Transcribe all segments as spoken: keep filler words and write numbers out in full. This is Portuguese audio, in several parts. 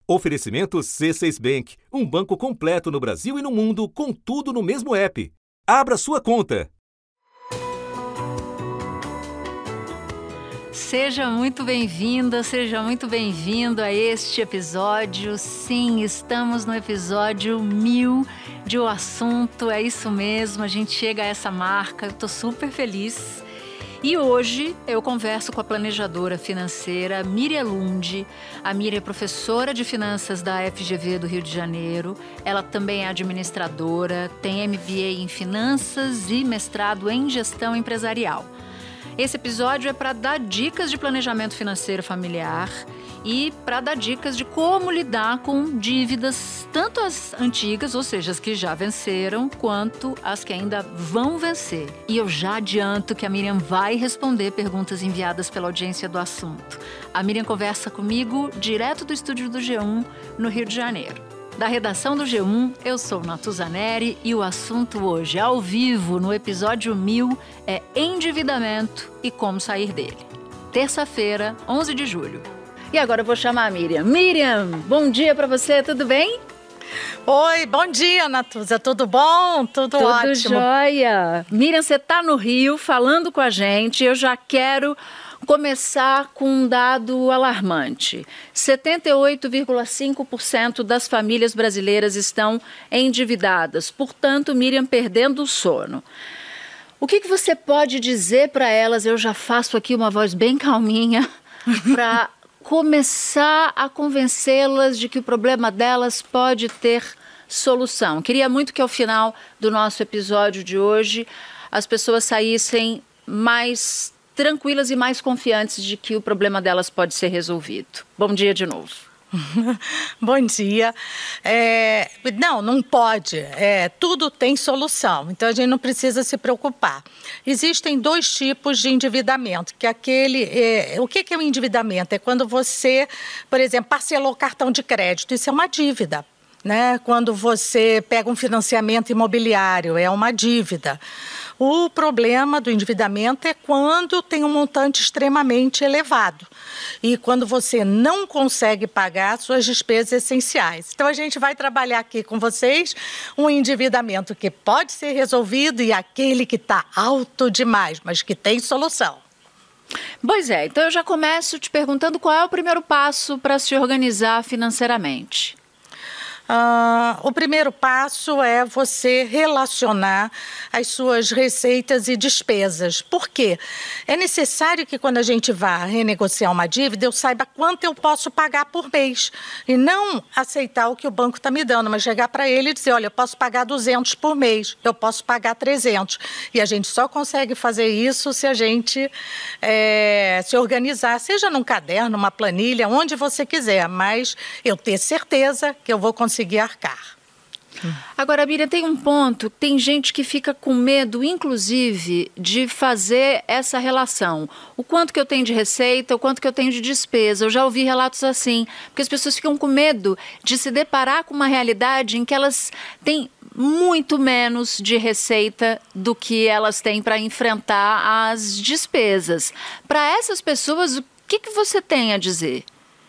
Oferecimento C seis Bank, um banco completo no Brasil e no mundo, com tudo no mesmo app. Abra sua conta. Seja muito bem-vinda, seja muito bem-vindo a este episódio. Sim, estamos no episódio mil de O Assunto, é isso mesmo, a gente chega a essa marca, eu tô super feliz. E hoje eu converso com a planejadora financeira Miriam Lund. A Miriam é professora de finanças da F G V do Rio de Janeiro. Ela também é administradora, tem M B A em finanças e mestrado em gestão empresarial. Esse episódio é para dar dicas de planejamento financeiro familiar e para dar dicas de como lidar com dívidas, tanto as antigas, ou seja, as que já venceram, quanto as que ainda vão vencer. E eu já adianto que a Miriam vai responder perguntas enviadas pela audiência do assunto. A Miriam conversa comigo direto do estúdio do G um, no Rio de Janeiro. Da redação do G um, eu sou Natuza Neri e o assunto hoje, ao vivo, no episódio mil, é endividamento e como sair dele. Terça-feira, onze de julho. E agora eu vou chamar a Miriam. Miriam, bom dia para você, tudo bem? Oi, bom dia, Natuza, tudo bom? Tudo, tudo ótimo. Tudo jóia. Miriam, você está no Rio falando com a gente, eu já quero começar com um dado alarmante. setenta e oito vírgula cinco por cento das famílias brasileiras estão endividadas, portanto, Miriam perdendo o sono. O que, que você pode dizer para elas? Eu já faço aqui uma voz bem calminha para começar a convencê-las de que o problema delas pode ter solução. Queria muito que ao final do nosso episódio de hoje as pessoas saíssem mais tranquilas e mais confiantes de que o problema delas pode ser resolvido. Bom dia de novo. Bom dia. É, não, não pode. É, tudo tem solução, então a gente não precisa se preocupar. Existem dois tipos de endividamento, que é aquele... É, o que, que é o endividamento? É quando você, por exemplo, parcelou o cartão de crédito, isso é uma dívida. Né? Quando você pega um financiamento imobiliário, é uma dívida. O problema do endividamento é quando tem um montante extremamente elevado e quando você não consegue pagar suas despesas essenciais. Então, a gente vai trabalhar aqui com vocês um endividamento que pode ser resolvido e aquele que está alto demais, mas que tem solução. Pois é, então eu já começo te perguntando qual é o primeiro passo para se organizar financeiramente. Uh, o primeiro passo é você relacionar as suas receitas e despesas. Por quê? É necessário que quando a gente vá renegociar uma dívida, eu saiba quanto eu posso pagar por mês. E não aceitar o que o banco está me dando, mas chegar para ele e dizer, olha, eu posso pagar duzentos por mês, eu posso pagar trezentos. E a gente só consegue fazer isso se a gente é, se organizar, seja num caderno, numa planilha, onde você quiser, mas eu ter certeza que eu vou conseguir conseguir arcar. Agora, Miriam, tem um ponto, tem gente que fica com medo, inclusive, de fazer essa relação. O quanto que eu tenho de receita, o quanto que eu tenho de despesa. Eu já ouvi relatos assim, porque as pessoas ficam com medo de se deparar com uma realidade em que elas têm muito menos de receita do que elas têm para enfrentar as despesas. Para essas pessoas, o que, que você tem a dizer?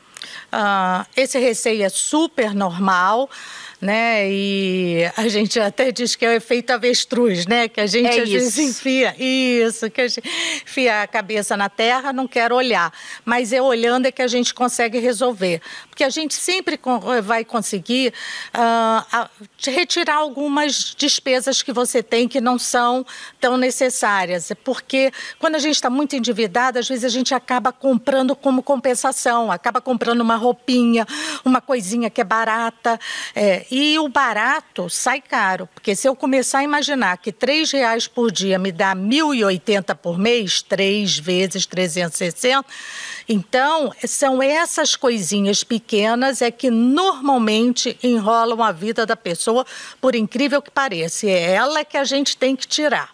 Uh, esse receio é super normal, né? E a gente até diz que é o efeito avestruz, né? Que a gente é às isso. vezes enfia isso, que a gente enfia a cabeça na terra, não quer olhar. Mas é olhando é que a gente consegue resolver. Porque a gente sempre vai conseguir uh, a, retirar algumas despesas que você tem que não são tão necessárias. Porque quando a gente está muito endividado, às vezes a gente acaba comprando como compensação, acaba comprando uma roupinha, uma coisinha que é barata. É, e o barato sai caro, porque se eu começar a imaginar que três reais por dia me dá mil e oitenta por mês, três vezes trezentos e sessenta, então são essas coisinhas pequenas é que normalmente enrolam a vida da pessoa, por incrível que pareça. É ela que a gente tem que tirar.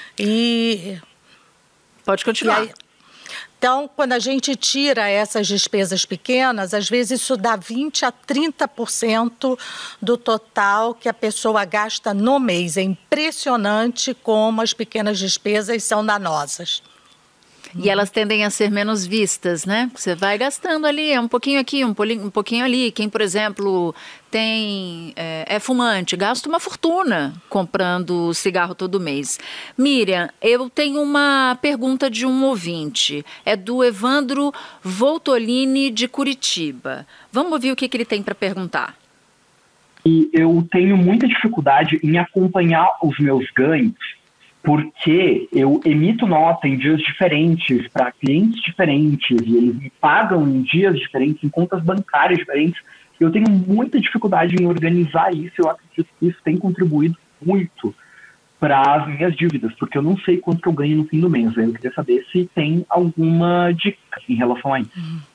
E... Pode continuar. E aí... Então, quando a gente tira essas despesas pequenas, às vezes isso dá vinte a trinta por cento do total que a pessoa gasta no mês. É impressionante como as pequenas despesas são danosas. E elas tendem a ser menos vistas, né? Você vai gastando ali, é um pouquinho aqui, um, poli, um pouquinho ali. Quem, por exemplo, tem é, é fumante, gasta uma fortuna comprando cigarro todo mês. Miriam, eu tenho uma pergunta de um ouvinte. É do Evandro Voltolini, de Curitiba. Vamos ouvir o que, que ele tem para perguntar. E eu tenho muita dificuldade em acompanhar os meus ganhos, porque eu emito nota em dias diferentes para clientes diferentes e eles me pagam em dias diferentes, em contas bancárias diferentes. Eu tenho muita dificuldade em organizar isso. Eu acredito que isso tem contribuído muito para as minhas dívidas, porque eu não sei quanto que eu ganho no fim do mês. Eu queria saber se tem alguma dica em relação a isso.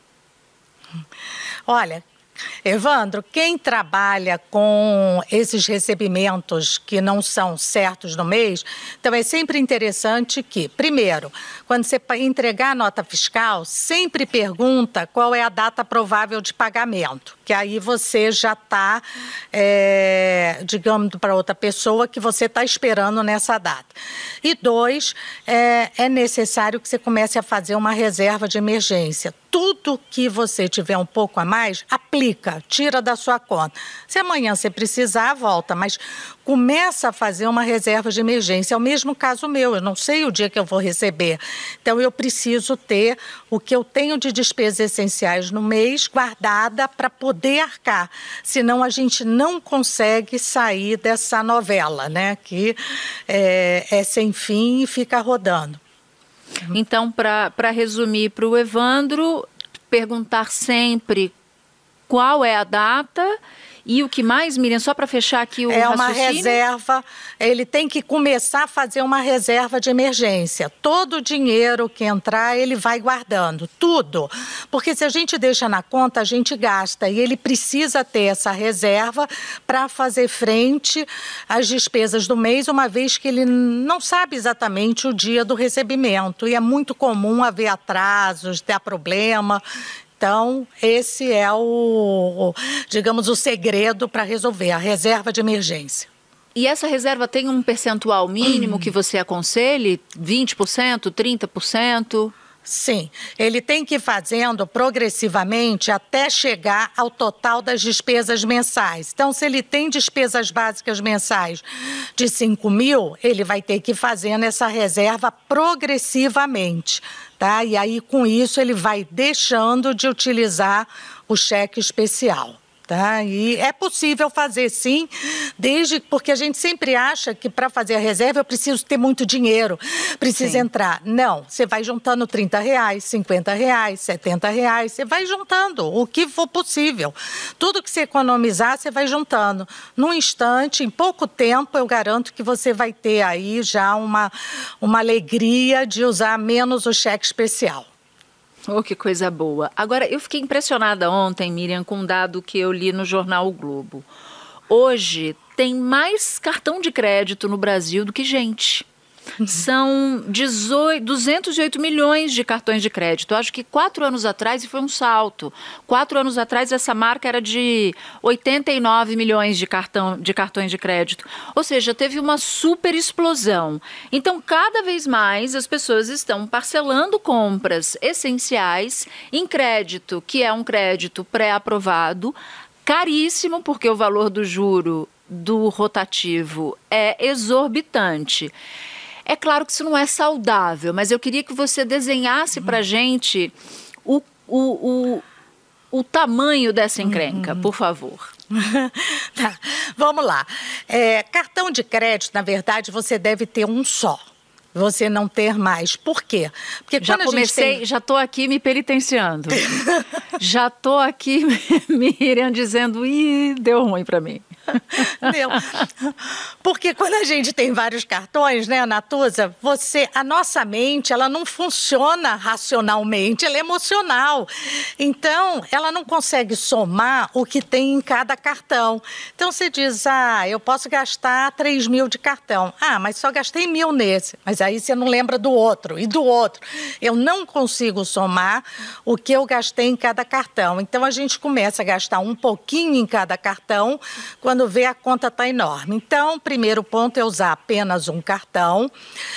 Olha, Evandro, quem trabalha com esses recebimentos que não são certos no mês, então é sempre interessante que, primeiro, quando você entregar a nota fiscal, sempre pergunta qual é a data provável de pagamento, que aí você já está, é, digamos, para outra pessoa que você está esperando nessa data. E dois, é, é necessário que você comece a fazer uma reserva de emergência. Tudo que você tiver um pouco a mais, aplica, tira da sua conta. Se amanhã você precisar, volta, mas começa a fazer uma reserva de emergência. É o mesmo caso meu, eu não sei o dia que eu vou receber. Então, eu preciso ter o que eu tenho de despesas essenciais no mês guardada para poder arcar. Senão, a gente não consegue sair dessa novela, né? Que é, é sem fim e fica rodando. Então, para resumir para o Evandro, perguntar sempre qual é a data e o que mais, Miriam, só para fechar aqui o raciocínio. É uma raciocínio. reserva, ele tem que começar a fazer uma reserva de emergência. Todo o dinheiro que entrar, ele vai guardando, tudo. Porque se a gente deixa na conta, a gente gasta. E ele precisa ter essa reserva para fazer frente às despesas do mês, uma vez que ele não sabe exatamente o dia do recebimento. E é muito comum haver atrasos, ter problema. Então, esse é o, digamos, o segredo para resolver, a reserva de emergência. E essa reserva tem um percentual mínimo que você aconselhe? vinte por cento, trinta por cento? Sim, ele tem que ir fazendo progressivamente até chegar ao total das despesas mensais. Então, se ele tem despesas básicas mensais de cinco mil, ele vai ter que ir fazendo essa reserva progressivamente, tá? E aí, com isso, ele vai deixando de utilizar o cheque especial. Tá? E é possível fazer sim, desde porque a gente sempre acha que para fazer a reserva eu preciso ter muito dinheiro, preciso sim. entrar. Não, você vai juntando trinta reais, cinquenta reais, setenta reais, você vai juntando o que for possível. Tudo que você economizar, você vai juntando. Num instante, em pouco tempo, eu garanto que você vai ter aí já uma, uma alegria de usar menos o cheque especial. Oh, que coisa boa. Agora, eu fiquei impressionada ontem, Miriam, com um dado que eu li no jornal O Globo. Hoje, tem mais cartão de crédito no Brasil do que gente. São dezoito, duzentos e oito milhões de cartões de crédito. Eu acho que quatro anos atrás, e foi um salto, quatro anos atrás essa marca era de oitenta e nove milhões de, cartão, de cartões de crédito. Ou seja, teve uma super explosão. Então, cada vez mais as pessoas estão parcelando compras essenciais em crédito, que é um crédito pré-aprovado, caríssimo, porque o valor do juro do rotativo é exorbitante. É claro que isso não é saudável, mas eu queria que você desenhasse para a gente o, o, o, o tamanho dessa encrenca, uhum. por favor. Tá. Vamos lá. É, cartão de crédito, na verdade, você deve ter um só. Você não ter mais. Por quê? Porque já quando comecei, a gente tem... já estou aqui me penitenciando. Já estou aqui, Miriam, dizendo, ih, deu ruim para mim. Deu. Porque quando a gente tem vários cartões, né, Natuza, você, a nossa mente, ela não funciona racionalmente, ela é emocional. Então, ela não consegue somar o que tem em cada cartão. Então, você diz, ah, eu posso gastar três mil de cartão. Ah, mas só gastei mil nesse. Mas aí você não lembra do outro e do outro. Eu não consigo somar o que eu gastei em cada cartão. Então, a gente começa a gastar um pouquinho em cada cartão. Quando quando vê a conta está enorme. Então, o primeiro ponto é usar apenas um cartão.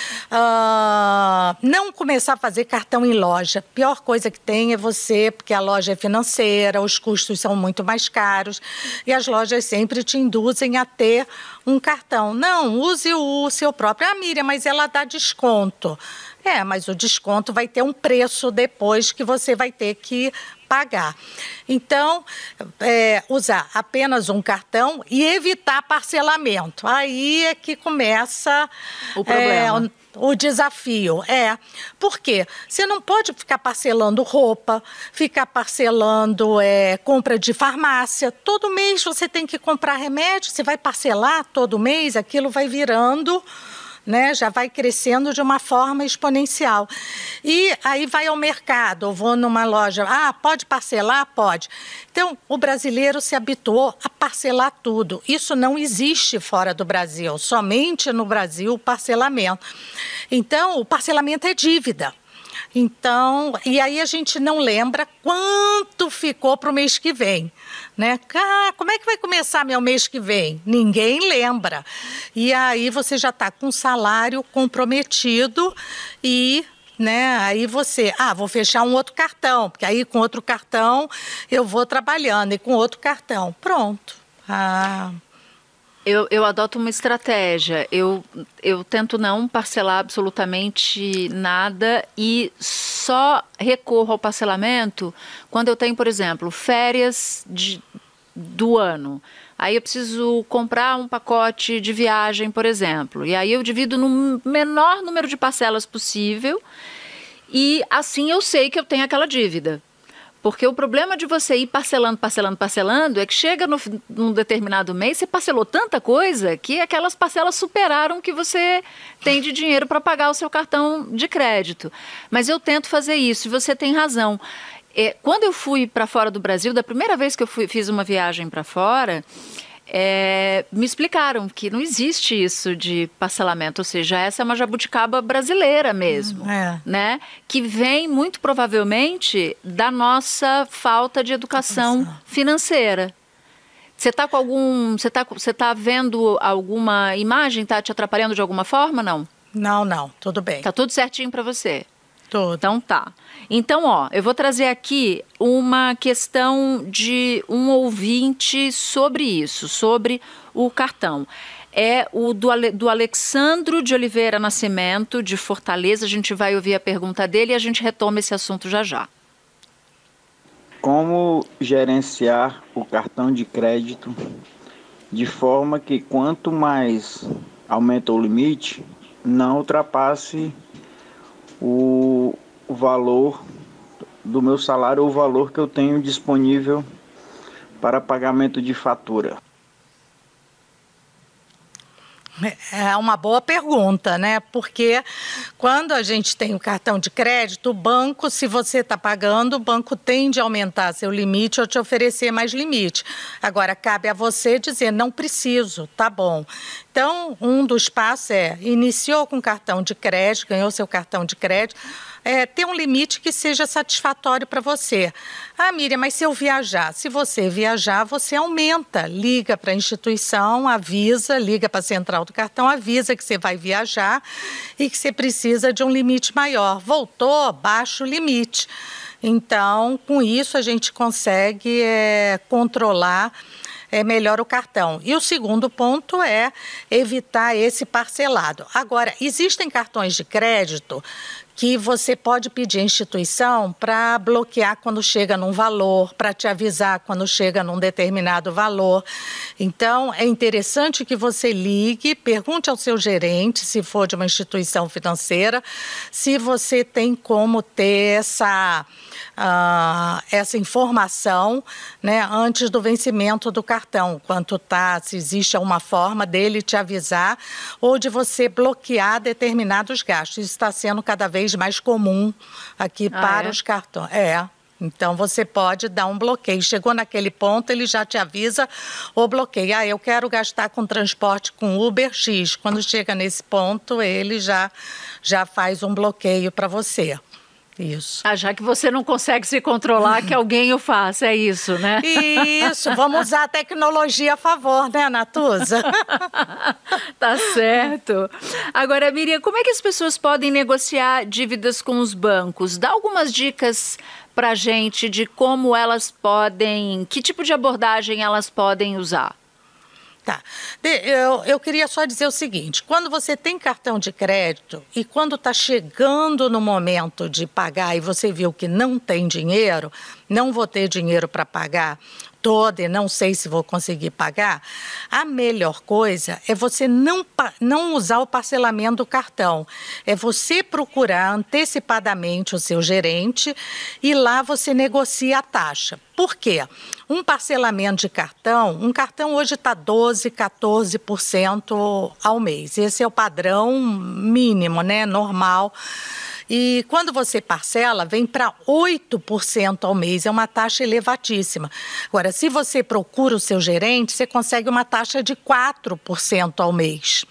Uh, não começar a fazer cartão em loja. A pior coisa que tem é você, porque a loja é financeira, os custos são muito mais caros e as lojas sempre te induzem a ter um cartão. Não, use o seu próprio. Ah, Miriam, mas ela dá desconto. É, mas o desconto vai ter um preço depois que você vai ter que pagar. Então, é, usar apenas um cartão e evitar parcelamento. Aí é que começa o problema. É, o desafio. É, por quê? Você não pode ficar parcelando roupa, ficar parcelando é, compra de farmácia. Todo mês você tem que comprar remédio, você vai parcelar todo mês, aquilo vai virando... Né, já vai crescendo de uma forma exponencial. E aí vai ao mercado, eu vou numa loja, ah, pode parcelar? Pode. Então, o brasileiro se habituou a parcelar tudo. Isso não existe fora do Brasil, somente no Brasil o parcelamento. Então, o parcelamento é dívida. Então, e aí a gente não lembra quanto ficou para o mês que vem, né? Ah, como é que vai começar meu mês que vem? Ninguém lembra. E aí você já está com o salário comprometido e, né, aí você, ah, vou fechar um outro cartão, porque aí com outro cartão eu vou trabalhando e com outro cartão, pronto. Ah... Eu, eu adoto uma estratégia, eu, eu tento não parcelar absolutamente nada e só recorro ao parcelamento quando eu tenho, por exemplo, férias de, do ano. Aí eu preciso comprar um pacote de viagem, por exemplo, e aí eu divido no menor número de parcelas possível e assim eu sei que eu tenho aquela dívida. Porque o problema de você ir parcelando, parcelando, parcelando é que chega no, num determinado mês, você parcelou tanta coisa que aquelas parcelas superaram o que você tem de dinheiro para pagar o seu cartão de crédito. Mas eu tento fazer isso e você tem razão. É, quando eu fui para fora do Brasil, da primeira vez que eu fui, fiz uma viagem para fora, é, me explicaram que não existe isso de parcelamento, ou seja, essa é uma jabuticaba brasileira mesmo, é. né? Que vem muito provavelmente da nossa falta de educação financeira. Você está com algum, você tá, você tá vendo alguma imagem, está te atrapalhando de alguma forma, não? Não, não, tudo bem. Tá tudo certinho para você? Tudo. Então tá. Então, ó, eu vou trazer aqui uma questão de um ouvinte sobre isso, sobre o cartão. É o do, Ale, do Alexandro de Oliveira Nascimento, de Fortaleza. A gente vai ouvir a pergunta dele e a gente retoma esse assunto já já. Como gerenciar o cartão de crédito de forma que quanto mais aumenta o limite, não ultrapasse o, o valor do meu salário ou o valor que eu tenho disponível para pagamento de fatura? É uma boa pergunta, né? Porque quando a gente tem o cartão de crédito, o banco, se você está pagando, o banco tende a aumentar seu limite ou te oferecer mais limite. Agora, cabe a você dizer, não preciso, tá bom. Então, um dos passos é, iniciou com cartão de crédito, ganhou seu cartão de crédito, é, ter um limite que seja satisfatório para você. Ah, Miriam, mas se eu viajar? Se você viajar, você aumenta. Liga para a instituição, avisa, liga para a central do cartão, avisa que você vai viajar e que você precisa de um limite maior. Voltou, baixa o limite. Então, com isso, a gente consegue é, controlar é melhor o cartão. E o segundo ponto é evitar esse parcelado. Agora, existem cartões de crédito que você pode pedir à instituição para bloquear quando chega num valor, para te avisar quando chega num determinado valor. Então, é interessante que você ligue, pergunte ao seu gerente, se for de uma instituição financeira, se você tem como ter essa, uh, essa informação, né, antes do vencimento do cartão, quanto tá, se existe alguma forma dele te avisar ou de você bloquear determinados gastos. Isso está sendo cada vez mais comum aqui ah, para é? os cartões. É. Então, você pode dar um bloqueio. Chegou naquele ponto, ele já te avisa ou bloqueia. Ah, eu quero gastar com transporte com Uber X. Quando chega nesse ponto, ele já, já faz um bloqueio para você. Isso. Ah, já que você não consegue se controlar, que alguém o faça, é isso, né? Isso, vamos usar a tecnologia a favor, né, Natuza? Tá certo. Agora, Miriam, como é que as pessoas podem negociar dívidas com os bancos? Dá algumas dicas pra gente de como elas podem, que tipo de abordagem elas podem usar. Tá. Eu, eu queria só dizer o seguinte, quando você tem cartão de crédito e quando está chegando no momento de pagar e você viu que não tem dinheiro, não vou ter dinheiro para pagar toda e não sei se vou conseguir pagar, a melhor coisa é você não, não usar o parcelamento do cartão. É você procurar antecipadamente o seu gerente e lá você negocia a taxa. Por quê? Um parcelamento de cartão, um cartão hoje está doze, quatorze por cento ao mês. Esse é o padrão mínimo, né? Normal. E quando você parcela, vem para oito por cento ao mês, é uma taxa elevadíssima. Agora, se você procura o seu gerente, você consegue uma taxa de quatro por cento ao mês.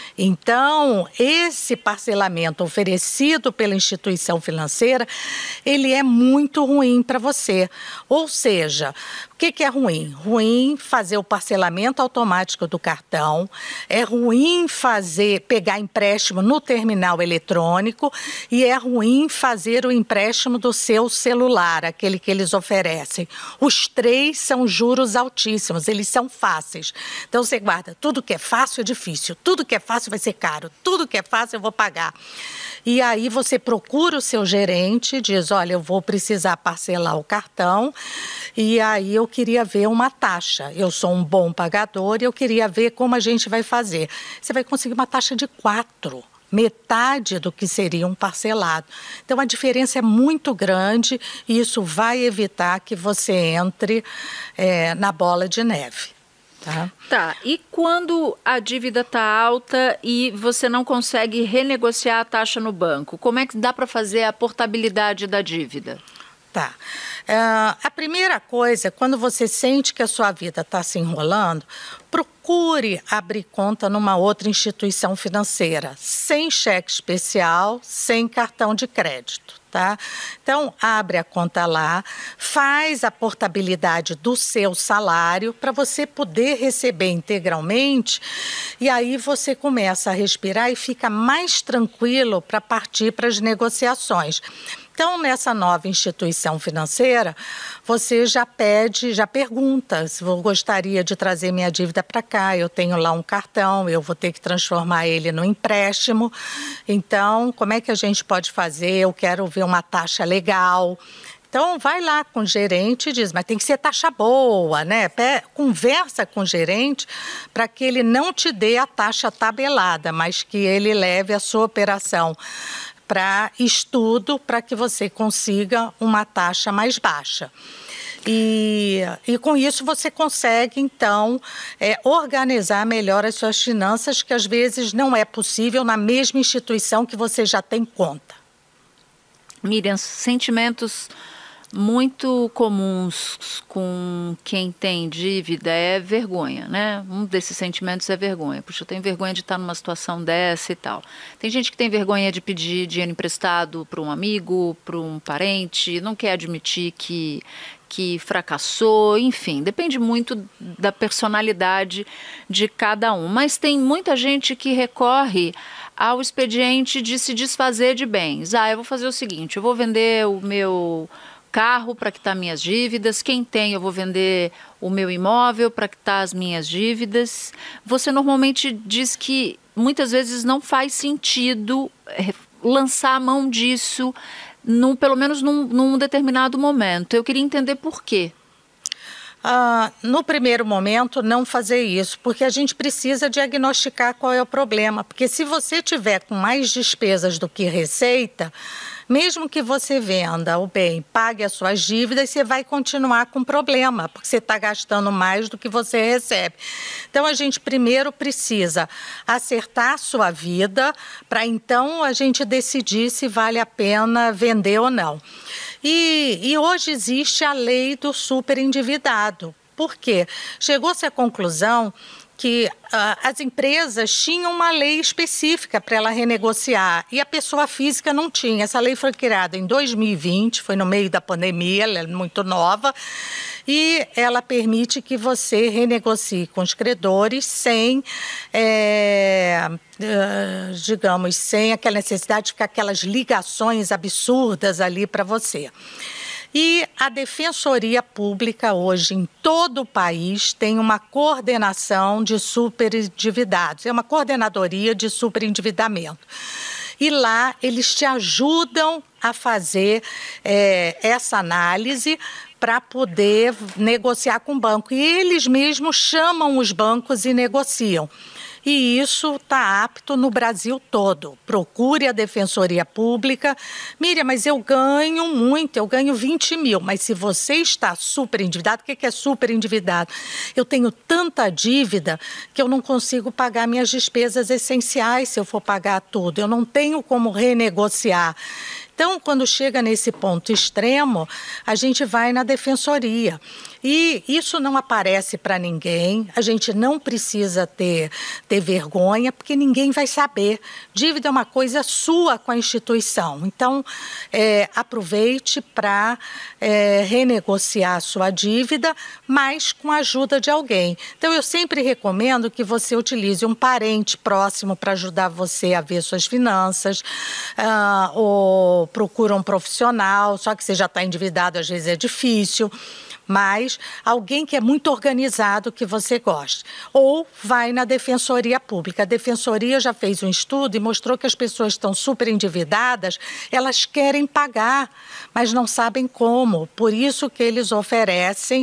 Então, esse parcelamento oferecido pela instituição financeira, ele é muito ruim para você. Ou seja, o que, que é ruim? Ruim fazer o parcelamento automático do cartão, é ruim fazer, pegar empréstimo no terminal eletrônico e é ruim fazer o empréstimo do seu celular, aquele que eles oferecem. Os três são juros altíssimos, eles são fáceis. Então, você guarda, tudo que é fácil é difícil, tudo que é fácil vai ser caro, tudo que é fácil eu vou pagar. E aí você procura o seu gerente, diz, olha, eu vou precisar parcelar o cartão e aí eu queria ver uma taxa. Eu sou um bom pagador e eu queria ver como a gente vai fazer. Você vai conseguir uma taxa de quatro, metade do que seria um parcelado. Então a diferença é muito grande e isso vai evitar que você entre é, na bola de neve. Tá. Tá, e quando a dívida está alta e você não consegue renegociar a taxa no banco, como é que dá para fazer a portabilidade da dívida? Tá. Uh, a primeira coisa, quando você sente que a sua vida está se enrolando, procure abrir conta numa outra instituição financeira, sem cheque especial, sem cartão de crédito. Tá? Então, abre a conta lá, faz a portabilidade do seu salário para você poder receber integralmente e aí você começa a respirar e fica mais tranquilo para partir para as negociações. Então, nessa nova instituição financeira, você já pede, já pergunta se eu gostaria de trazer minha dívida para cá, eu tenho lá um cartão, eu vou ter que transformar ele no empréstimo, então, como é que a gente pode fazer? Eu quero ver uma taxa legal. Então, vai lá com o gerente e diz, mas tem que ser taxa boa, né? Conversa com o gerente para que ele não te dê a taxa tabelada, mas que ele leve a sua operação para estudo, para que você consiga uma taxa mais baixa. E, e com isso você consegue, então, é, organizar melhor as suas finanças, que às vezes não é possível na mesma instituição que você já tem conta. Miriam, sentimentos muito comuns com quem tem dívida é vergonha, né? Um desses sentimentos é vergonha. Puxa, eu tenho vergonha de estar numa situação dessa e tal. Tem gente que tem vergonha de pedir dinheiro emprestado para um amigo, para um parente, não quer admitir que, que fracassou, enfim, depende muito da personalidade de cada um. Mas tem muita gente que recorre ao expediente de se desfazer de bens. Ah, eu vou fazer o seguinte, eu vou vender o meu carro para quitar minhas dívidas, quem tem eu vou vender o meu imóvel para quitar as minhas dívidas. Você normalmente diz que muitas vezes não faz sentido é, lançar a mão disso, num, pelo menos num, num determinado momento. Eu queria entender por quê. Ah, no primeiro momento, não fazer isso, porque a gente precisa diagnosticar qual é o problema. Porque se você tiver com mais despesas do que receita, mesmo que você venda o bem, pague as suas dívidas, você vai continuar com problema, porque você está gastando mais do que você recebe. Então, a gente primeiro precisa acertar a sua vida, para então a gente decidir se vale a pena vender ou não. E, e hoje existe a lei do superendividado. Por quê? Chegou-se à conclusão que uh, as empresas tinham uma lei específica para ela renegociar e a pessoa física não tinha. Essa lei foi criada em dois mil e vinte, foi no meio da pandemia, ela é muito nova, e ela permite que você renegocie com os credores sem, é, uh, digamos, sem aquela necessidade de ficar aquelas ligações absurdas ali para você. E a Defensoria Pública hoje em todo o país tem uma coordenação de superendividados, é uma coordenadoria de superendividamento. E lá eles te ajudam a fazer é, essa análise para poder negociar com o banco. E eles mesmos chamam os bancos e negociam. E isso está apto no Brasil todo. Procure a Defensoria Pública. Miriam, mas eu ganho muito, eu ganho vinte mil. Mas se você está super endividado, o que é super endividado? Eu tenho tanta dívida que eu não consigo pagar minhas despesas essenciais se eu for pagar tudo. Eu não tenho como renegociar. Então, quando chega nesse ponto extremo, a gente vai na defensoria. E isso não aparece para ninguém, a gente não precisa ter, ter vergonha, porque ninguém vai saber. Dívida é uma coisa sua com a instituição. Então, é, aproveite para é, renegociar a sua dívida, mas com a ajuda de alguém. Então, eu sempre recomendo que você utilize um parente próximo para ajudar você a ver suas finanças, ah, ou procura um profissional, só que você já está endividado, às vezes é difícil, mas alguém que é muito organizado, que você goste. Ou vai na Defensoria Pública. A Defensoria já fez um estudo e mostrou que as pessoas estão super endividadas, elas querem pagar, mas não sabem como. Por isso que eles oferecem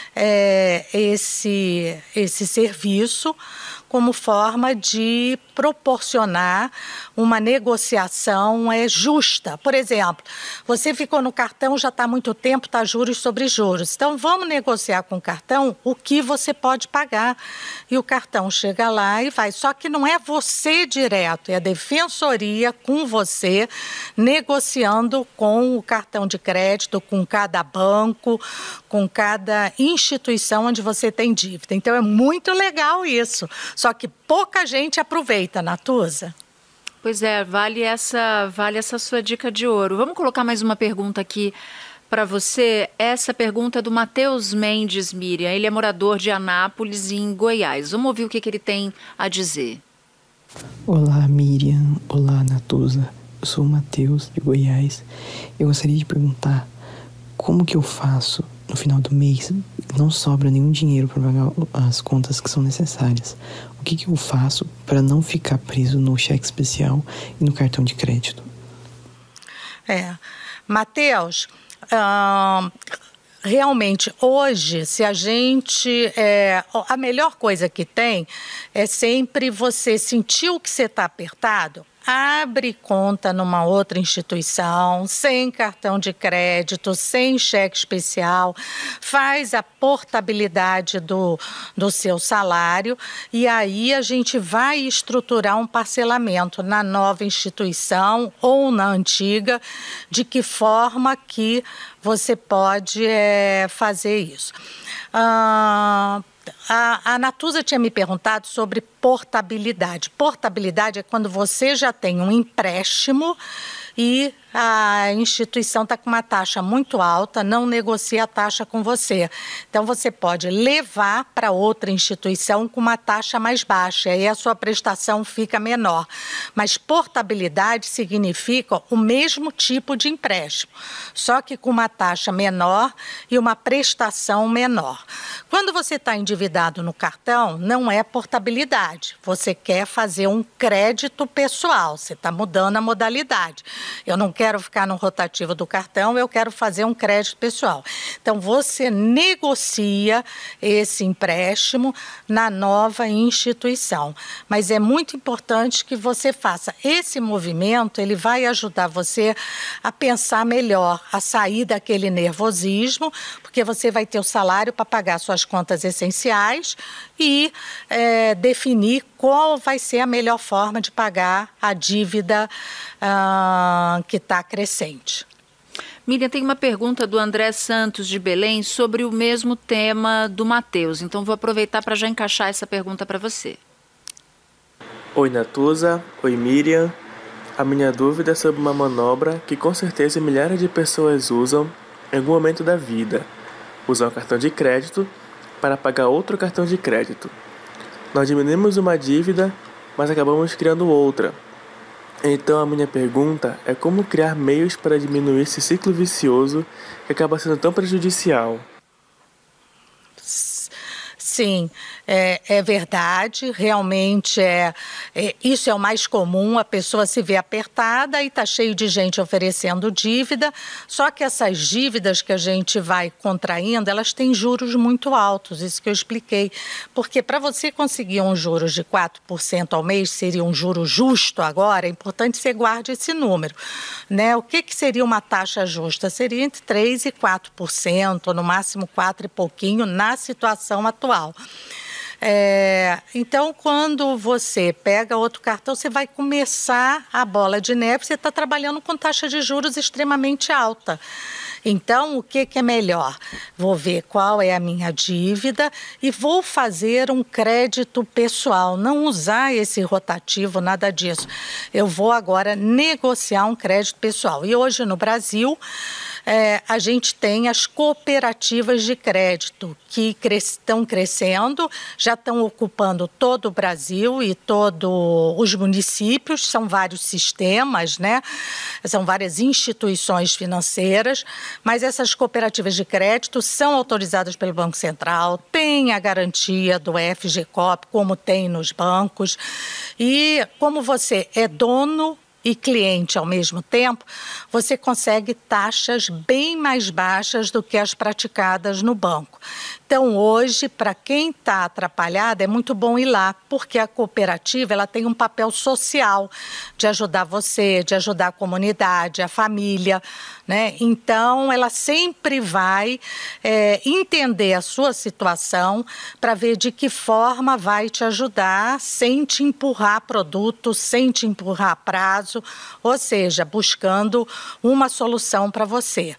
é, esse, esse serviço como forma de proporcionar uma negociação é, justa. Por exemplo, você ficou no cartão, já está há muito tempo, está juros sobre juros. Então, vamos negociar com o cartão o que você pode pagar. E o cartão chega lá e vai. Só que não é você direto, é a Defensoria com você, negociando com o cartão de crédito, com cada banco, com cada instituição onde você tem dívida. Então, é muito legal isso. Só que pouca gente aproveita, Natuza. Pois é, vale essa, vale essa sua dica de ouro. Vamos colocar mais uma pergunta aqui para você. Essa pergunta é do Matheus Mendes, Miriam. Ele é morador de Anápolis, em Goiás. Vamos ouvir o que, que ele tem a dizer. Olá, Miriam. Olá, Natuza. Eu sou o Matheus, de Goiás. Eu gostaria de perguntar como que eu faço no final do mês, não sobra nenhum dinheiro para pagar as contas que são necessárias. O que que eu faço para não ficar preso no cheque especial e no cartão de crédito? É, Matheus, hum, realmente hoje, se a gente, é, a melhor coisa que tem é sempre você sentir que você está apertado, abre conta numa outra instituição, sem cartão de crédito, sem cheque especial, faz a portabilidade do, do seu salário e aí a gente vai estruturar um parcelamento na nova instituição ou na antiga, de que forma que você pode é, fazer isso. Ah, A, a Natuza tinha me perguntado sobre portabilidade. Portabilidade é quando você já tem um empréstimo e a instituição está com uma taxa muito alta, não negocia a taxa com você. Então, você pode levar para outra instituição com uma taxa mais baixa, e aí a sua prestação fica menor. Mas portabilidade significa o mesmo tipo de empréstimo, só que com uma taxa menor e uma prestação menor. Quando você está endividado no cartão, não é portabilidade. Você quer fazer um crédito pessoal, você está mudando a modalidade. Eu não quero ficar no rotativo do cartão, eu quero fazer um crédito pessoal. Então, você negocia esse empréstimo na nova instituição. Mas é muito importante que você faça esse movimento, ele vai ajudar você a pensar melhor, a sair daquele nervosismo, porque você vai ter o salário para pagar suas contas essenciais e é, definir qual vai ser a melhor forma de pagar a dívida uh, que está crescente. Miriam, tem uma pergunta do André Santos de Belém sobre o mesmo tema do Matheus. Então vou aproveitar para já encaixar essa pergunta para você. Oi, Natuza. Oi, Miriam. A minha dúvida é sobre uma manobra que com certeza milhares de pessoas usam em algum momento da vida. Usar um cartão de crédito para pagar outro cartão de crédito. Nós diminuímos uma dívida, mas acabamos criando outra. Então a minha pergunta é como criar meios para diminuir esse ciclo vicioso que acaba sendo tão prejudicial. Sim, é, é verdade, realmente é, é, isso é o mais comum, a pessoa se vê apertada e está cheio de gente oferecendo dívida, só que essas dívidas que a gente vai contraindo, elas têm juros muito altos, isso que eu expliquei, porque para você conseguir um juros de quatro por cento ao mês, seria um juro justo agora, é importante que você guarde esse número, né? O que, que seria uma taxa justa? Seria entre três por cento e quatro por cento, no máximo quatro por cento e pouquinho, na situação atual. É, então, quando você pega outro cartão, você vai começar a bola de neve, você está trabalhando com taxa de juros extremamente alta. Então, o que, que é melhor? Vou ver qual é a minha dívida e vou fazer um crédito pessoal, não usar esse rotativo, nada disso. Eu vou agora negociar um crédito pessoal. E hoje no Brasil, É, a gente tem as cooperativas de crédito que cres- estão crescendo, já estão ocupando todo o Brasil e todos os municípios, são vários sistemas, né? São várias instituições financeiras, mas essas cooperativas de crédito são autorizadas pelo Banco Central, têm a garantia do F G C O P, como tem nos bancos, e como você é dono e cliente ao mesmo tempo, você consegue taxas bem mais baixas do que as praticadas no banco. Então, hoje, para quem está atrapalhado, é muito bom ir lá, porque a cooperativa ela tem um papel social de ajudar você, de ajudar a comunidade, a família, né? Então, ela sempre vai é, entender a sua situação para ver de que forma vai te ajudar sem te empurrar produto, sem te empurrar prazo, ou seja, buscando uma solução para você.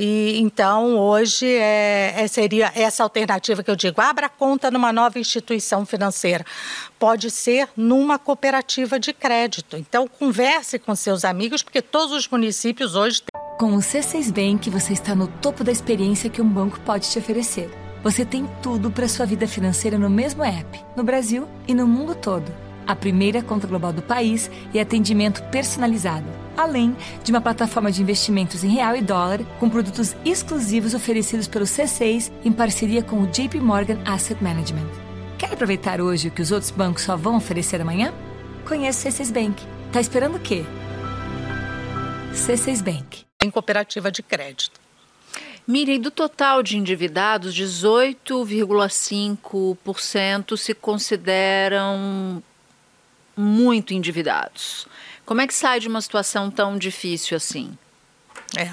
E então, hoje, é, é, seria essa alternativa que eu digo, abra conta numa nova instituição financeira. Pode ser numa cooperativa de crédito. Então, converse com seus amigos, porque todos os municípios hoje têm. Com o C seis Bank, você está no topo da experiência que um banco pode te oferecer. Você tem tudo para sua vida financeira no mesmo app, no Brasil e no mundo todo. A primeira conta global do país e atendimento personalizado, além de uma plataforma de investimentos em real e dólar com produtos exclusivos oferecidos pelo C seis em parceria com o J P Morgan Asset Management. Quer aproveitar hoje o que os outros bancos só vão oferecer amanhã? Conheça o C seis Bank. Tá esperando o quê? C seis Bank. Em cooperativa de crédito. Miriam, do total de endividados, dezoito vírgula cinco por cento se consideram muito endividados. Como é que sai de uma situação tão difícil assim? É.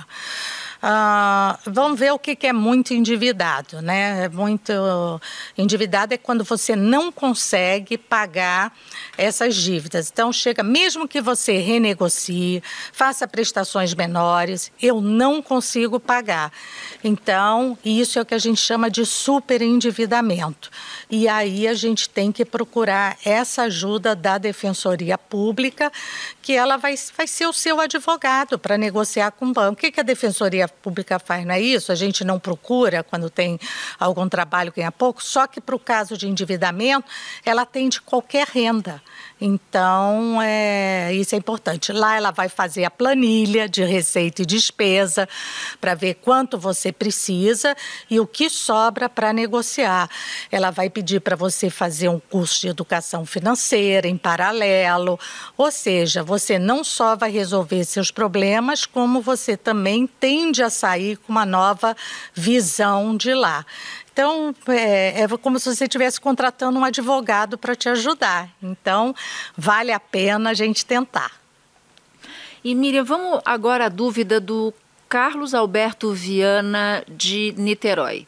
Uh, vamos ver o que, que é muito endividado, né? Muito endividado é quando você não consegue pagar essas dívidas. Então, chega, mesmo que você renegocie, faça prestações menores, eu não consigo pagar. Então, isso é o que a gente chama de superendividamento. E aí a gente tem que procurar essa ajuda da Defensoria Pública, que ela vai, vai ser o seu advogado para negociar com o banco. O que, que a Defensoria Pública faz, não é isso? A gente não procura quando tem algum trabalho ganha pouco, só que para o caso de endividamento, ela atende qualquer renda. Então, é, isso é importante. Lá ela vai fazer a planilha de receita e despesa para ver quanto você precisa e o que sobra para negociar. Ela vai pedir para você fazer um curso de educação financeira em paralelo, ou seja, você não só vai resolver seus problemas, como você também tende a sair com uma nova visão de lá. Então, é, é como se você estivesse contratando um advogado para te ajudar. Então, vale a pena a gente tentar. E, Miriam, vamos agora à dúvida do Carlos Alberto Viana, de Niterói.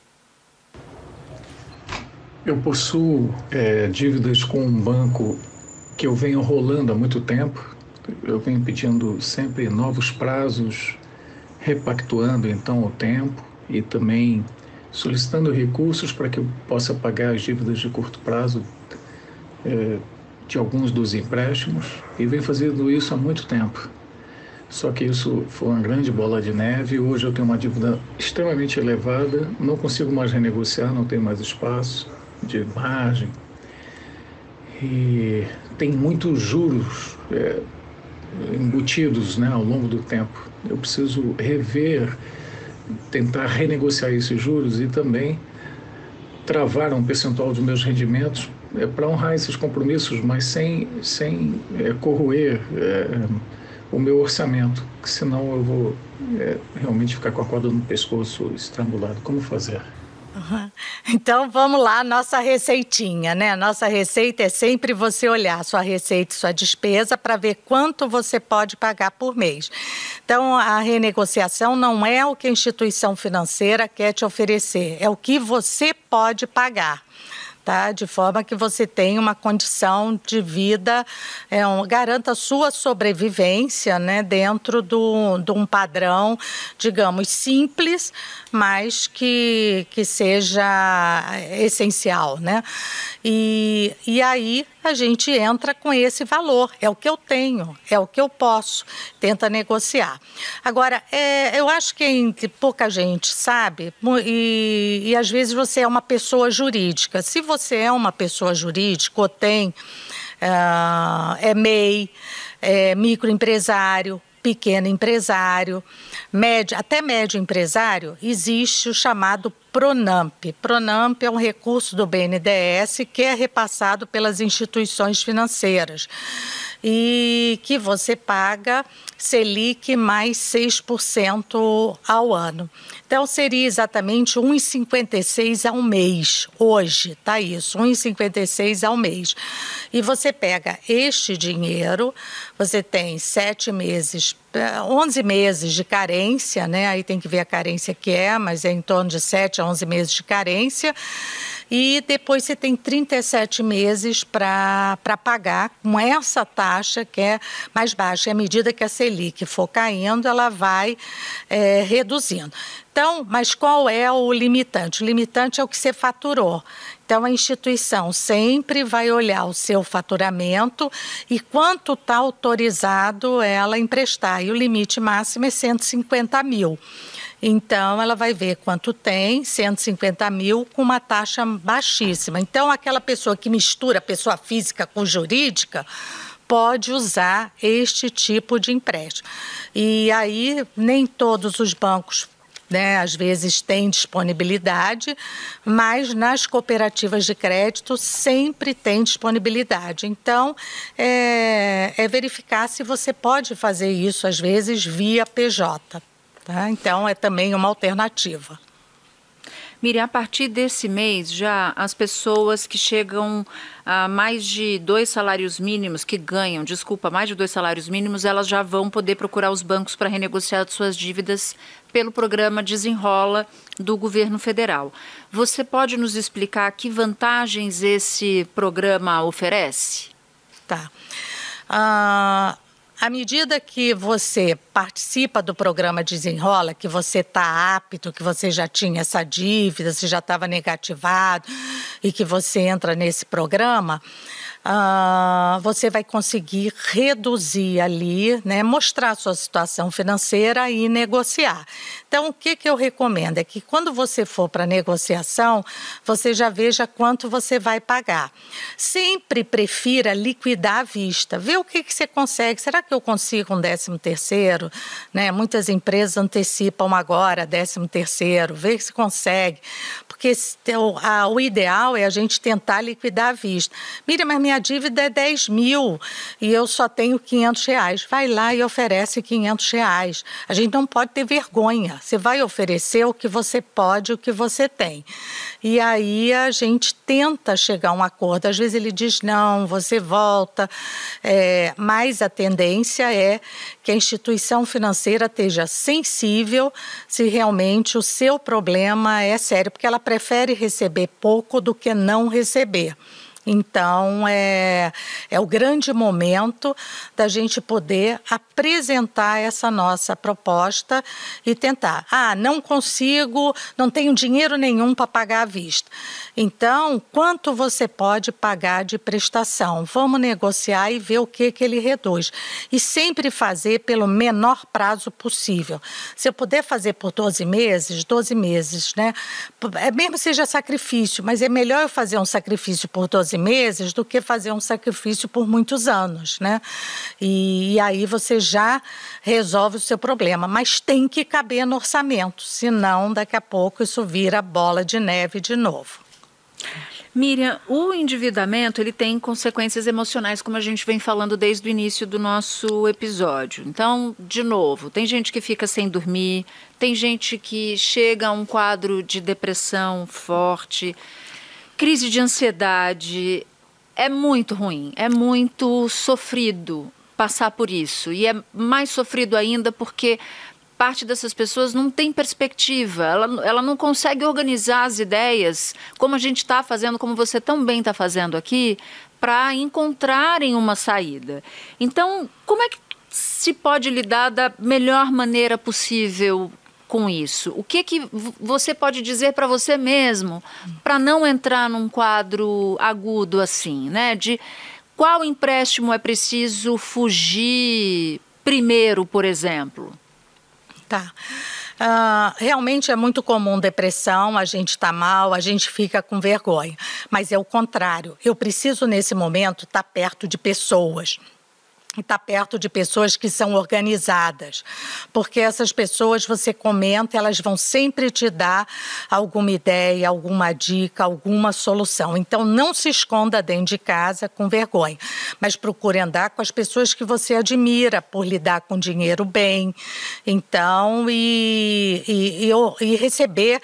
Eu possuo é, dívidas com um banco que eu venho rolando há muito tempo. Eu venho pedindo sempre novos prazos, repactuando então o tempo e também solicitando recursos para que eu possa pagar as dívidas de curto prazo eh, de alguns dos empréstimos, e venho fazendo isso há muito tempo. Só que isso foi uma grande bola de neve. Hoje eu tenho uma dívida extremamente elevada, não consigo mais renegociar, não tenho mais espaço de margem. E tem muitos juros é, embutidos, né, ao longo do tempo. Eu preciso rever, tentar renegociar esses juros e também travar um percentual dos meus rendimentos é, para honrar esses compromissos, mas sem, sem é, corroer é, o meu orçamento, que senão eu vou é, realmente ficar com a corda no pescoço estrangulado. Como fazer? Uhum. Então vamos lá, nossa receitinha, né? Nossa receita é sempre você olhar sua receita e sua despesa para ver quanto você pode pagar por mês. Então a renegociação não é o que a instituição financeira quer te oferecer, é o que você pode pagar. Tá? De forma que você tenha uma condição de vida, é, um, garanta a sua sobrevivência, né, dentro do, de um padrão, digamos, simples, mas que, que seja essencial, né? E, e aí a gente entra com esse valor, é o que eu tenho, é o que eu posso, tenta negociar. Agora, é, eu acho que pouca gente sabe, e, e às vezes você é uma pessoa jurídica. Se você é uma pessoa jurídica ou tem, uh, é M E I, é microempresário, pequeno empresário, médio, até médio empresário, existe o chamado PRONAMP. PRONAMP é um recurso do B N D E S que é repassado pelas instituições financeiras e que você paga Selic mais seis por cento ao ano. Então, seria exatamente um vírgula cinquenta e seis ao mês, hoje, tá isso, um vírgula cinquenta e seis ao mês. E você pega este dinheiro, você tem sete meses, onze meses de carência, né? Aí tem que ver a carência que é, mas é em torno de sete a onze meses de carência. E depois você tem trinta e sete meses para pagar com essa taxa que é mais baixa. E à medida que a Selic for caindo, ela vai é, reduzindo. Então, mas qual é o limitante? O limitante é o que você faturou. Então, a instituição sempre vai olhar o seu faturamento e quanto está autorizado ela emprestar. E o limite máximo é cento e cinquenta mil. Então, ela vai ver quanto tem, cento e cinquenta mil, com uma taxa baixíssima. Então, aquela pessoa que mistura pessoa física com jurídica pode usar este tipo de empréstimo. E aí, nem todos os bancos, né, às vezes tem disponibilidade, mas nas cooperativas de crédito sempre tem disponibilidade. Então, é, é verificar se você pode fazer isso, às vezes, via P J. Tá? Então, é também uma alternativa. Miriam, a partir desse mês, já as pessoas que chegam a mais de dois salários mínimos, que ganham, desculpa, mais de dois salários mínimos, elas já vão poder procurar os bancos para renegociar suas dívidas pelo programa Desenrola do governo federal. Você pode nos explicar que vantagens esse programa oferece? Tá. Ah... À medida que você participa do programa Desenrola, que você está apto, que você já tinha essa dívida, você já estava negativado e que você entra nesse programa, uh, você vai conseguir reduzir ali, né, mostrar a sua situação financeira e negociar. Então, o que, que eu recomendo é que quando você for para a negociação, você já veja quanto você vai pagar. Sempre prefira liquidar à vista, ver o que, que você consegue. Será que eu consigo um décimo terceiro? Né? Muitas empresas antecipam agora décimo terceiro, ver se consegue. Porque o, a, o ideal é a gente tentar liquidar à vista. Mira, mas minha dívida é dez mil e eu só tenho quinhentos reais. Vai lá e oferece quinhentos reais. A gente não pode ter vergonha. Você vai oferecer o que você pode, o que você tem. E aí a gente tenta chegar a um acordo. Às vezes ele diz, não, você volta. É, mas a tendência é que a instituição financeira esteja sensível se realmente o seu problema é sério, porque ela prefere receber pouco do que não receber. Então, é, é o grande momento da gente poder apresentar essa nossa proposta e tentar. Ah, não consigo, não tenho dinheiro nenhum para pagar à vista. Então, quanto você pode pagar de prestação? Vamos negociar e ver o que, que ele reduz. E sempre fazer pelo menor prazo possível. Se eu puder fazer por doze meses, doze meses, né? É mesmo que seja sacrifício, mas é melhor eu fazer um sacrifício por doze meses do que fazer um sacrifício por muitos anos, né? E, e aí você já resolve o seu problema, mas tem que caber no orçamento, senão daqui a pouco isso vira bola de neve de novo. Miriam, o endividamento ele tem consequências emocionais, como a gente vem falando desde o início do nosso episódio. Então, de novo, tem gente que fica sem dormir, tem gente que chega a um quadro de depressão forte, crise de ansiedade. É muito ruim, é muito sofrido passar por isso. E é mais sofrido ainda porque parte dessas pessoas não tem perspectiva, ela, ela não consegue organizar as ideias, como a gente está fazendo, como você também está fazendo aqui, para encontrarem uma saída. Então, como é que se pode lidar da melhor maneira possível com isso? O que, que você pode dizer para você mesmo para não entrar num quadro agudo assim, né? De qual empréstimo é preciso fugir primeiro, por exemplo? Tá. Uh, realmente é muito comum depressão, a gente está mal, a gente fica com vergonha. Mas é o contrário. Eu preciso, nesse momento, estar tá perto de pessoas. E estar tá perto de pessoas que são organizadas, porque essas pessoas, você comenta, elas vão sempre te dar alguma ideia, alguma dica, alguma solução. Então, não se esconda dentro de casa com vergonha, mas procure andar com as pessoas que você admira por lidar com dinheiro bem, então, e, e, e, e receber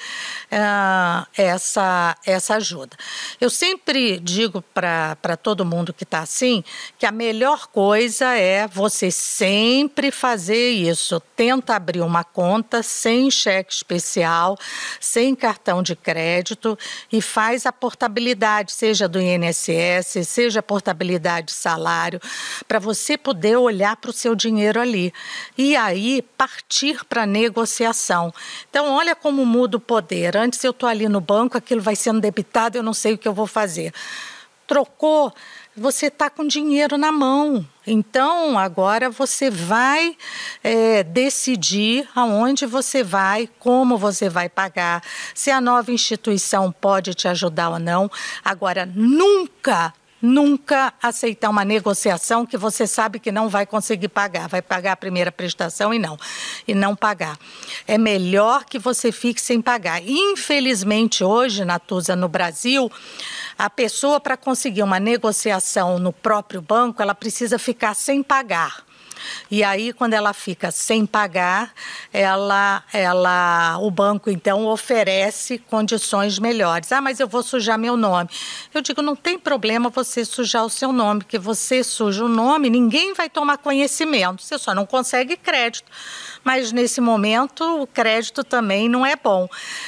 uh, essa, essa ajuda. Eu sempre digo para para todo mundo que está assim, que a melhor coisa é você sempre fazer isso. Tenta abrir uma conta sem cheque especial, sem cartão de crédito e faz a portabilidade, seja do I N S S, seja a portabilidade de salário, para você poder olhar para o seu dinheiro ali. E aí partir para a negociação. Então, olha como muda o poder. Antes eu estou ali no banco, aquilo vai sendo debitado, eu não sei o que eu vou fazer. Trocou, você está com dinheiro na mão. Então, agora você vai é, decidir aonde você vai, como você vai pagar, se a nova instituição pode te ajudar ou não. Agora, nunca, nunca aceitar uma negociação que você sabe que não vai conseguir pagar. Vai pagar a primeira prestação e não, e não pagar. É melhor que você fique sem pagar. Infelizmente, hoje, Natuza, no Brasil, a pessoa, para conseguir uma negociação no próprio banco, ela precisa ficar sem pagar. E aí, quando ela fica sem pagar, ela, ela, o banco, então, oferece condições melhores. Ah, mas eu vou sujar meu nome. Eu digo, não tem problema você sujar o seu nome, porque você suja o nome, ninguém vai tomar conhecimento, você só não consegue crédito. Mas, nesse momento, o crédito também não é bom.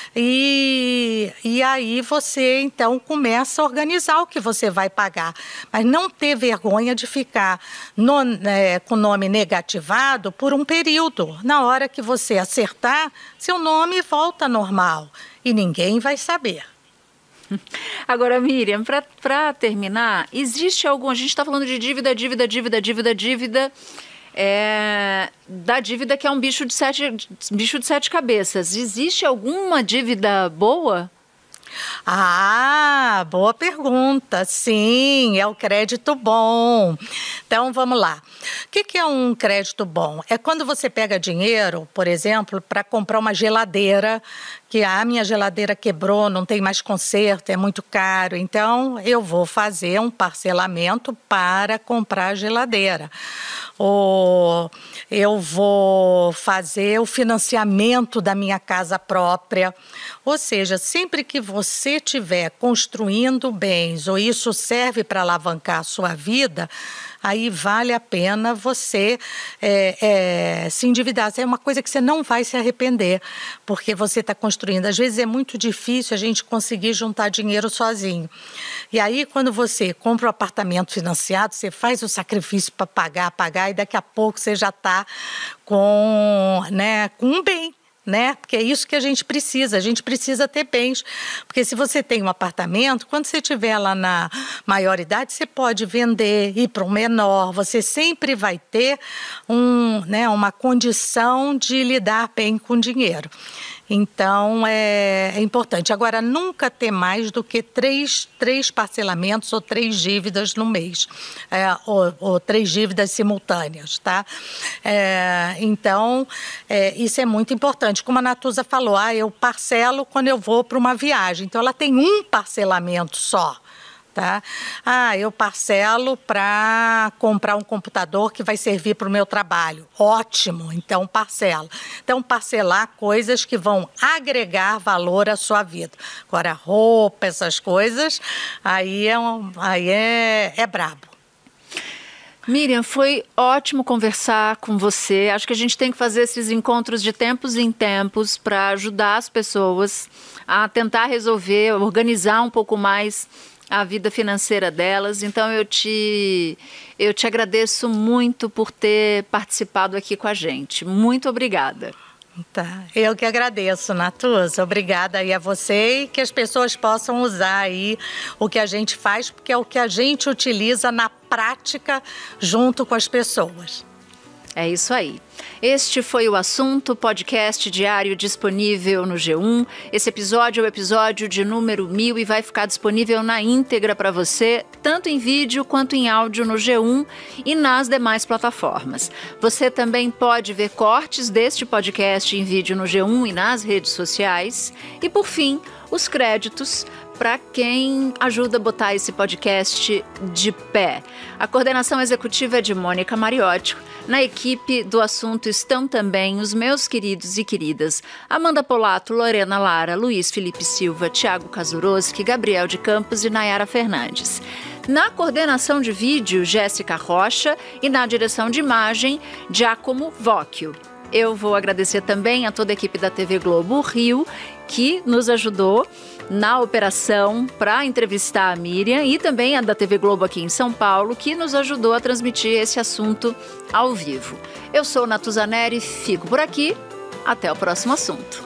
E, e aí você, então, começa a organizar o que você vai pagar. Mas não ter vergonha de ficar no, é, com o nome negativado por um período. Na hora que você acertar, seu nome volta normal e ninguém vai saber. Agora, Miriam, para terminar, existe algum... A gente está falando de dívida, dívida, dívida, dívida, dívida... É, da dívida que é um bicho de sete, bicho de sete cabeças. Existe alguma dívida boa? Ah, boa pergunta. Sim, é o crédito bom. Então, vamos lá. O que, que é um crédito bom? É quando você pega dinheiro, por exemplo, para comprar uma geladeira, que a ah, minha geladeira quebrou, não tem mais conserto, é muito caro. Então, eu vou fazer um parcelamento para comprar a geladeira. ou eu vou fazer o financiamento da minha casa própria. Ou seja, sempre que você estiver construindo bens ou isso serve para alavancar a sua vida, aí vale a pena você é, é, se endividar. É uma coisa que você não vai se arrepender, porque você está construindo. Às vezes é muito difícil a gente conseguir juntar dinheiro sozinho. E aí, quando você compra um apartamento financiado, você faz o sacrifício para pagar, pagar, e daqui a pouco você já está com, né, com um bem. Né? Porque é isso que a gente precisa, a gente precisa ter bens, porque se você tem um apartamento, quando você estiver lá na maioridade, você pode vender, ir para um menor, você sempre vai ter um, né, uma condição de lidar bem com dinheiro. Então, é, é importante. Agora, nunca ter mais do que três, três parcelamentos ou três dívidas no mês, é, ou, ou três dívidas simultâneas, tá? É, então, é, isso é muito importante. Como a Natuza falou, ah, eu parcelo quando eu vou para uma viagem. Então, ela tem um parcelamento só. Tá? Ah, eu parcelo para comprar um computador que vai servir para o meu trabalho. Ótimo, então parcela. Então, parcelar coisas que vão agregar valor à sua vida. Agora, roupa, essas coisas, aí é, um, aí é, é brabo. Miriam, foi ótimo conversar com você. Acho que a gente tem que fazer esses encontros de tempos em tempos para ajudar as pessoas a tentar resolver, organizar um pouco mais a vida financeira delas. Então eu te, eu te agradeço muito por ter participado aqui com a gente. Muito obrigada. Tá, eu que agradeço, Natuza. Obrigada aí a você e que as pessoas possam usar aí o que a gente faz, porque é o que a gente utiliza na prática junto com as pessoas. É isso aí. Este foi o Assunto, podcast diário disponível no G um. Esse episódio é o episódio de número mil e vai ficar disponível na íntegra para você, tanto em vídeo quanto em áudio no G um e nas demais plataformas. Você também pode ver cortes deste podcast em vídeo no G um e nas redes sociais. E, por fim, os créditos para quem ajuda a botar esse podcast de pé. A coordenação executiva é de Mônica Mariotti. Na equipe do Assunto estão também os meus queridos e queridas Amanda Polato, Lorena Lara, Luiz Felipe Silva, Thiago Kazuroski, Gabriel de Campos e Nayara Fernandes. Na coordenação de vídeo, Jéssica Rocha, e na direção de imagem, Giacomo Vocchio. Eu vou agradecer também a toda a equipe da T V Globo Rio, que nos ajudou na operação para entrevistar a Miriam, e também a da T V Globo aqui em São Paulo, que nos ajudou a transmitir esse assunto ao vivo. Eu sou Natuza Neri, fico por aqui. Até o próximo assunto.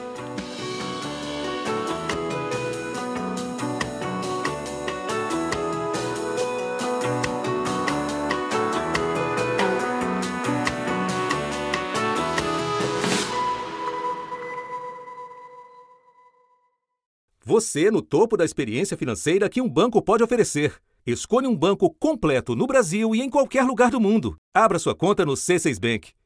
Você no topo da experiência financeira que um banco pode oferecer. Escolha um banco completo no Brasil e em qualquer lugar do mundo. Abra sua conta no C seis Bank.